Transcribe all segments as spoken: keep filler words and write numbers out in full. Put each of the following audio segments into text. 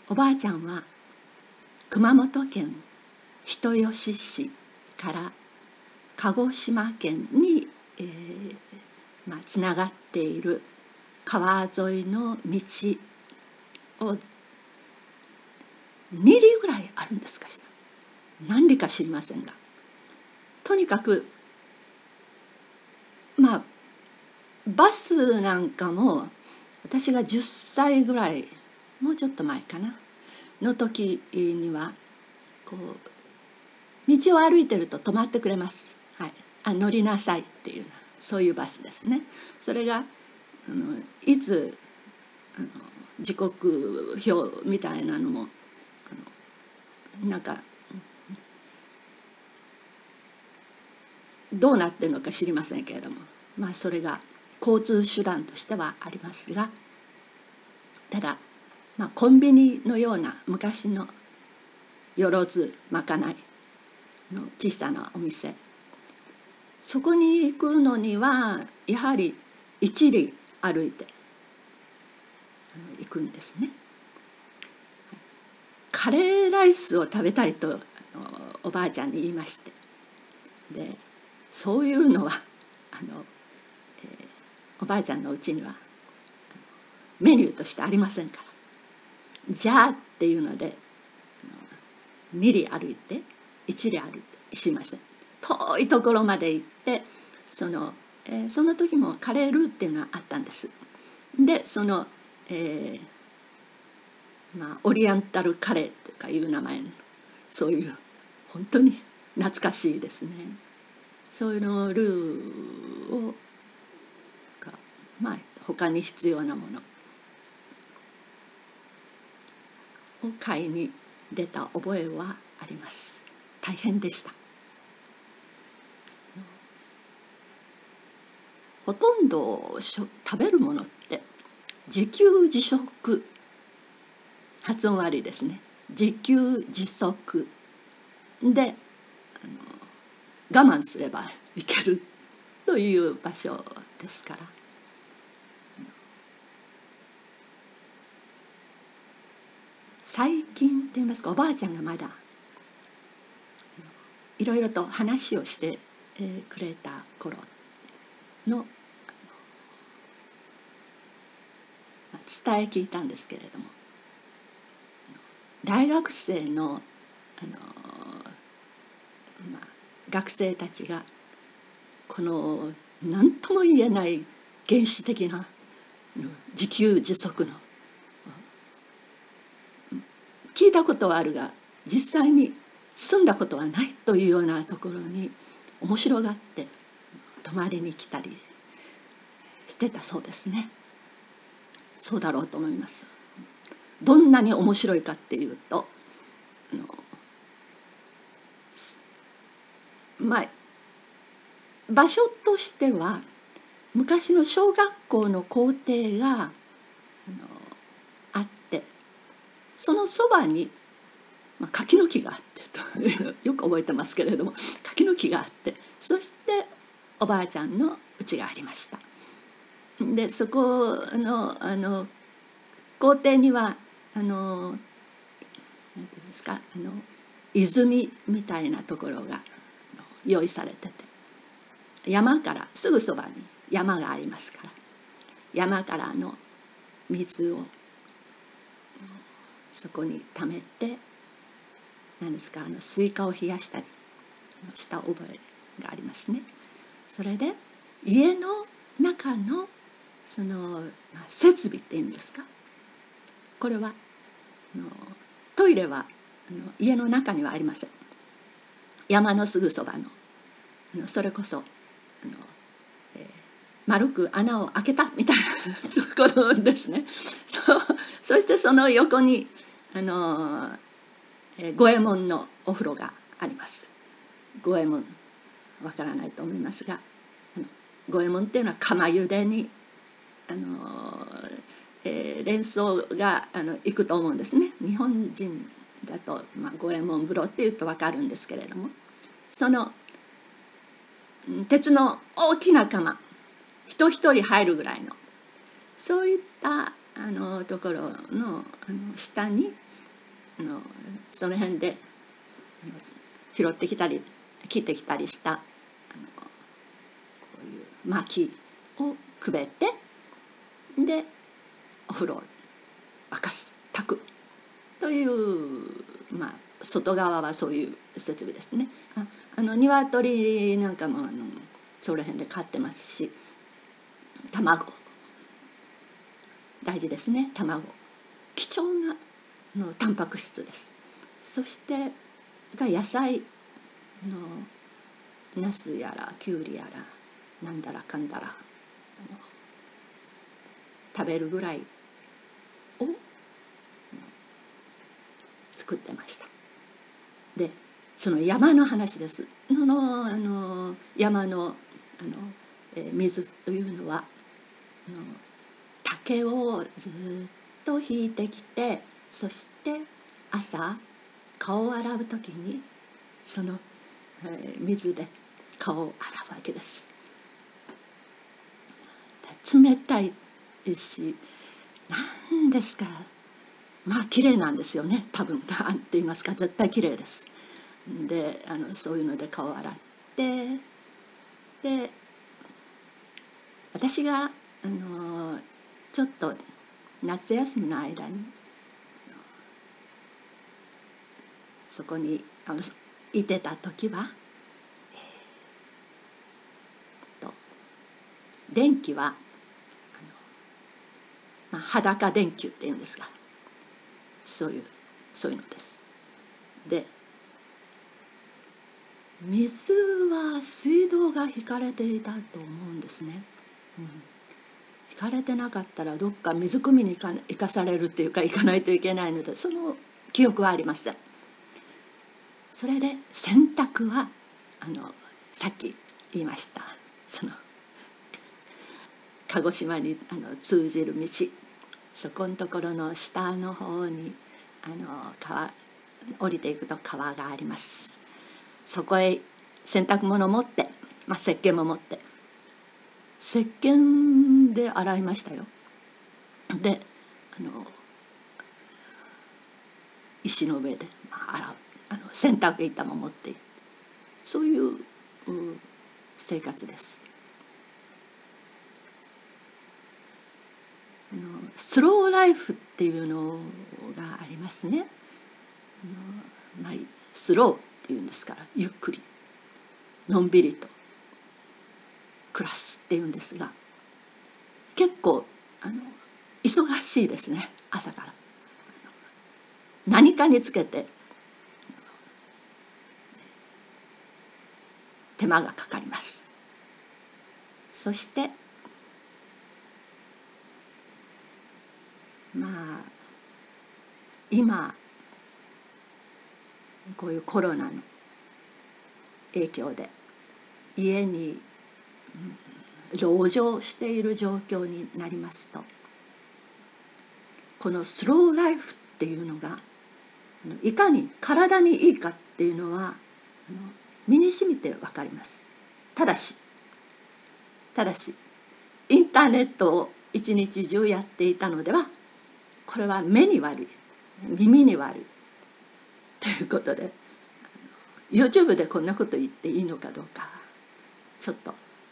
おばあちゃんは熊本県人吉市から鹿児島県に、えーまあ、つながっている川沿いの道をに里ぐらいあるんですかしら、何里か知りませんが、とにかくまあバスなんかも私がじゅっさいぐらい、もうちょっと前かなの時にはこう道を歩いてると止まってくれます、はい、あ乗りなさいっていうそういうバスですね。それがあのいつあの時刻表みたいなのもあのなんかどうなってるのか知りませんけれども、まあそれが交通手段としてはありますが、ただ、まあ、コンビニのような昔のよろずまかないの小さなお店、そこに行くのにはやはり一里歩いて行くんですね。カレーライスを食べたいとおばあちゃんに言いまして、でそういうのはあの、えー、おばあちゃんのうちにはメニューとしてありませんから、じゃあっていうのでに里歩いていち里歩いてしません、遠いところまで行って、その、えー、その時もカレールーっていうのはあったんです。でその、えーまあ、オリエンタルカレーとかいう名前のそういう本当に懐かしいですね。そういうのルーをまあ他に必要なものを買いに出た覚えはあります。大変でした。ほとんど食べるものって自給自足、発音悪いですね、自給自足であの我慢すればいけるという場所ですから、最近って言いますか、おばあちゃんがまだいろいろと話をしてくれた頃の伝え聞いたんですけれども、大学生の、あの、まあ、学生たちがこの何とも言えない原始的な自給自足の聞いたことはあるが実際に住んだことはないというようなところに面白がって泊まりに来たりしてたそうですね。そうだろうと思います。どんなに面白いかっていうと、あのまあ場所としては昔の小学校の校庭があのあって、そのそばに、まあ、柿の木があってとよく覚えてますけれども、柿の木があって、そしておばあちゃんの家がありました。でそこのあの校庭にはあの何て言うんですか、あの泉みたいなところが用意されてて、山からすぐそばに山がありますから、山からの水をそこに溜めて、何ですか、あのスイカを冷やしたりした覚えがありますね。それで家の中のその、まあ、設備っていうんですか、これはあのトイレはあの家の中にはありません。山のすぐそばのあのそれこそあの、えー、丸く穴を開けたみたいなところですね。そ, そしてその横にあの、えー、五右衛門のお風呂があります。五右衛門わからないと思いますが、あの五右衛門っていうのは釜茹でにあの、えー、連想があのいくと思うんですね。日本人だと、まあ、五右衛門風呂っていうと分かるんですけれども、その鉄の大きな釜、人一人入るぐらいのそういったあのところの、あの下にあのその辺で拾ってきたり切ってきたりしたあのこういう薪をくべて、でお風呂を沸かす炊くという、まあ外側はそういう設備ですね。ああの鶏なんかもあのその辺で飼ってますし、卵大事ですね。卵貴重なのタンパク質です。そしてが野菜のナスやらキュウリやらなんだらかんだらあの食べるぐらいを作ってました。でその山の話です。ののあの山のあの、えー、水というのはあの竹をずっと引いてきて、そして朝顔を洗う時にその、えー、水で顔を洗うわけです。冷たいし、何ですか、まあ綺麗なんですよね、多分。なんて言いますか、絶対綺麗です。であのそういうので顔を洗って、で私があのちょっと夏休みの間にそこにあのいてた時は、えー、と電気はあの、まあ、裸電球っていうんですが、そういうそういうのです。で水は水道が引かれていたと思うんですね。うん、引かれてなかったらどっか水汲みに行か、行かされるっていうか行かないといけないので、その記憶はありません。それで洗濯はあのさっき言いましたその鹿児島にあの通じる道、そこのところの下の方にあの川降りていくと川があります。そこへ洗濯物を持って、まあ、石鹸も持って石鹸で洗いましたよ。であの石の上で、まあ、洗う、あの洗濯板も持っている、そういう、う生活です。あのスローライフっていうのがありますね。あの、まあ、スローっていうんですから、ゆっくりのんびりと暮らすっていうんですが、結構あの忙しいですね。朝から何かにつけて手間がかかります。そしてまあ今こういうコロナの影響で家に籠城している状況になりますと、このスローライフっていうのがいかに体にいいかっていうのは身に染みて分かります。ただしただしインターネットを一日中やっていたのでは、これは目に悪い、耳に悪いということで、YouTube でこんなこと言っていいのかどうかちょっと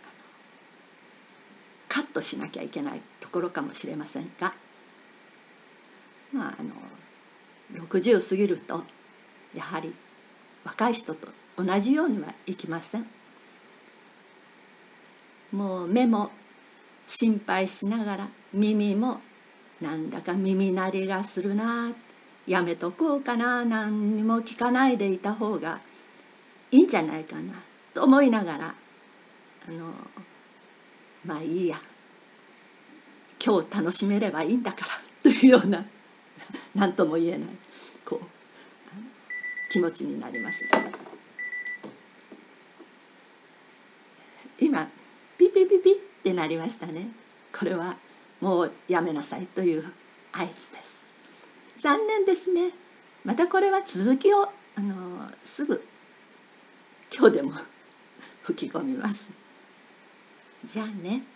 カットしなきゃいけないところかもしれませんが、まああのろくじゅう過ぎるとやはり若い人と同じようにはいきません。もう目も心配しながら、耳もなんだか耳鳴りがするな、やめとこうかな、何にも聞かないでいた方がいいんじゃないかなと思いながら、あのまあいいや、今日楽しめればいいんだからというような何とも言えないこう気持ちになります。今ピピピピってなりましたね。これはもうやめなさいという合図です。残念ですね。またこれは続きをあのすぐ今日でも吹き込みます。じゃあね。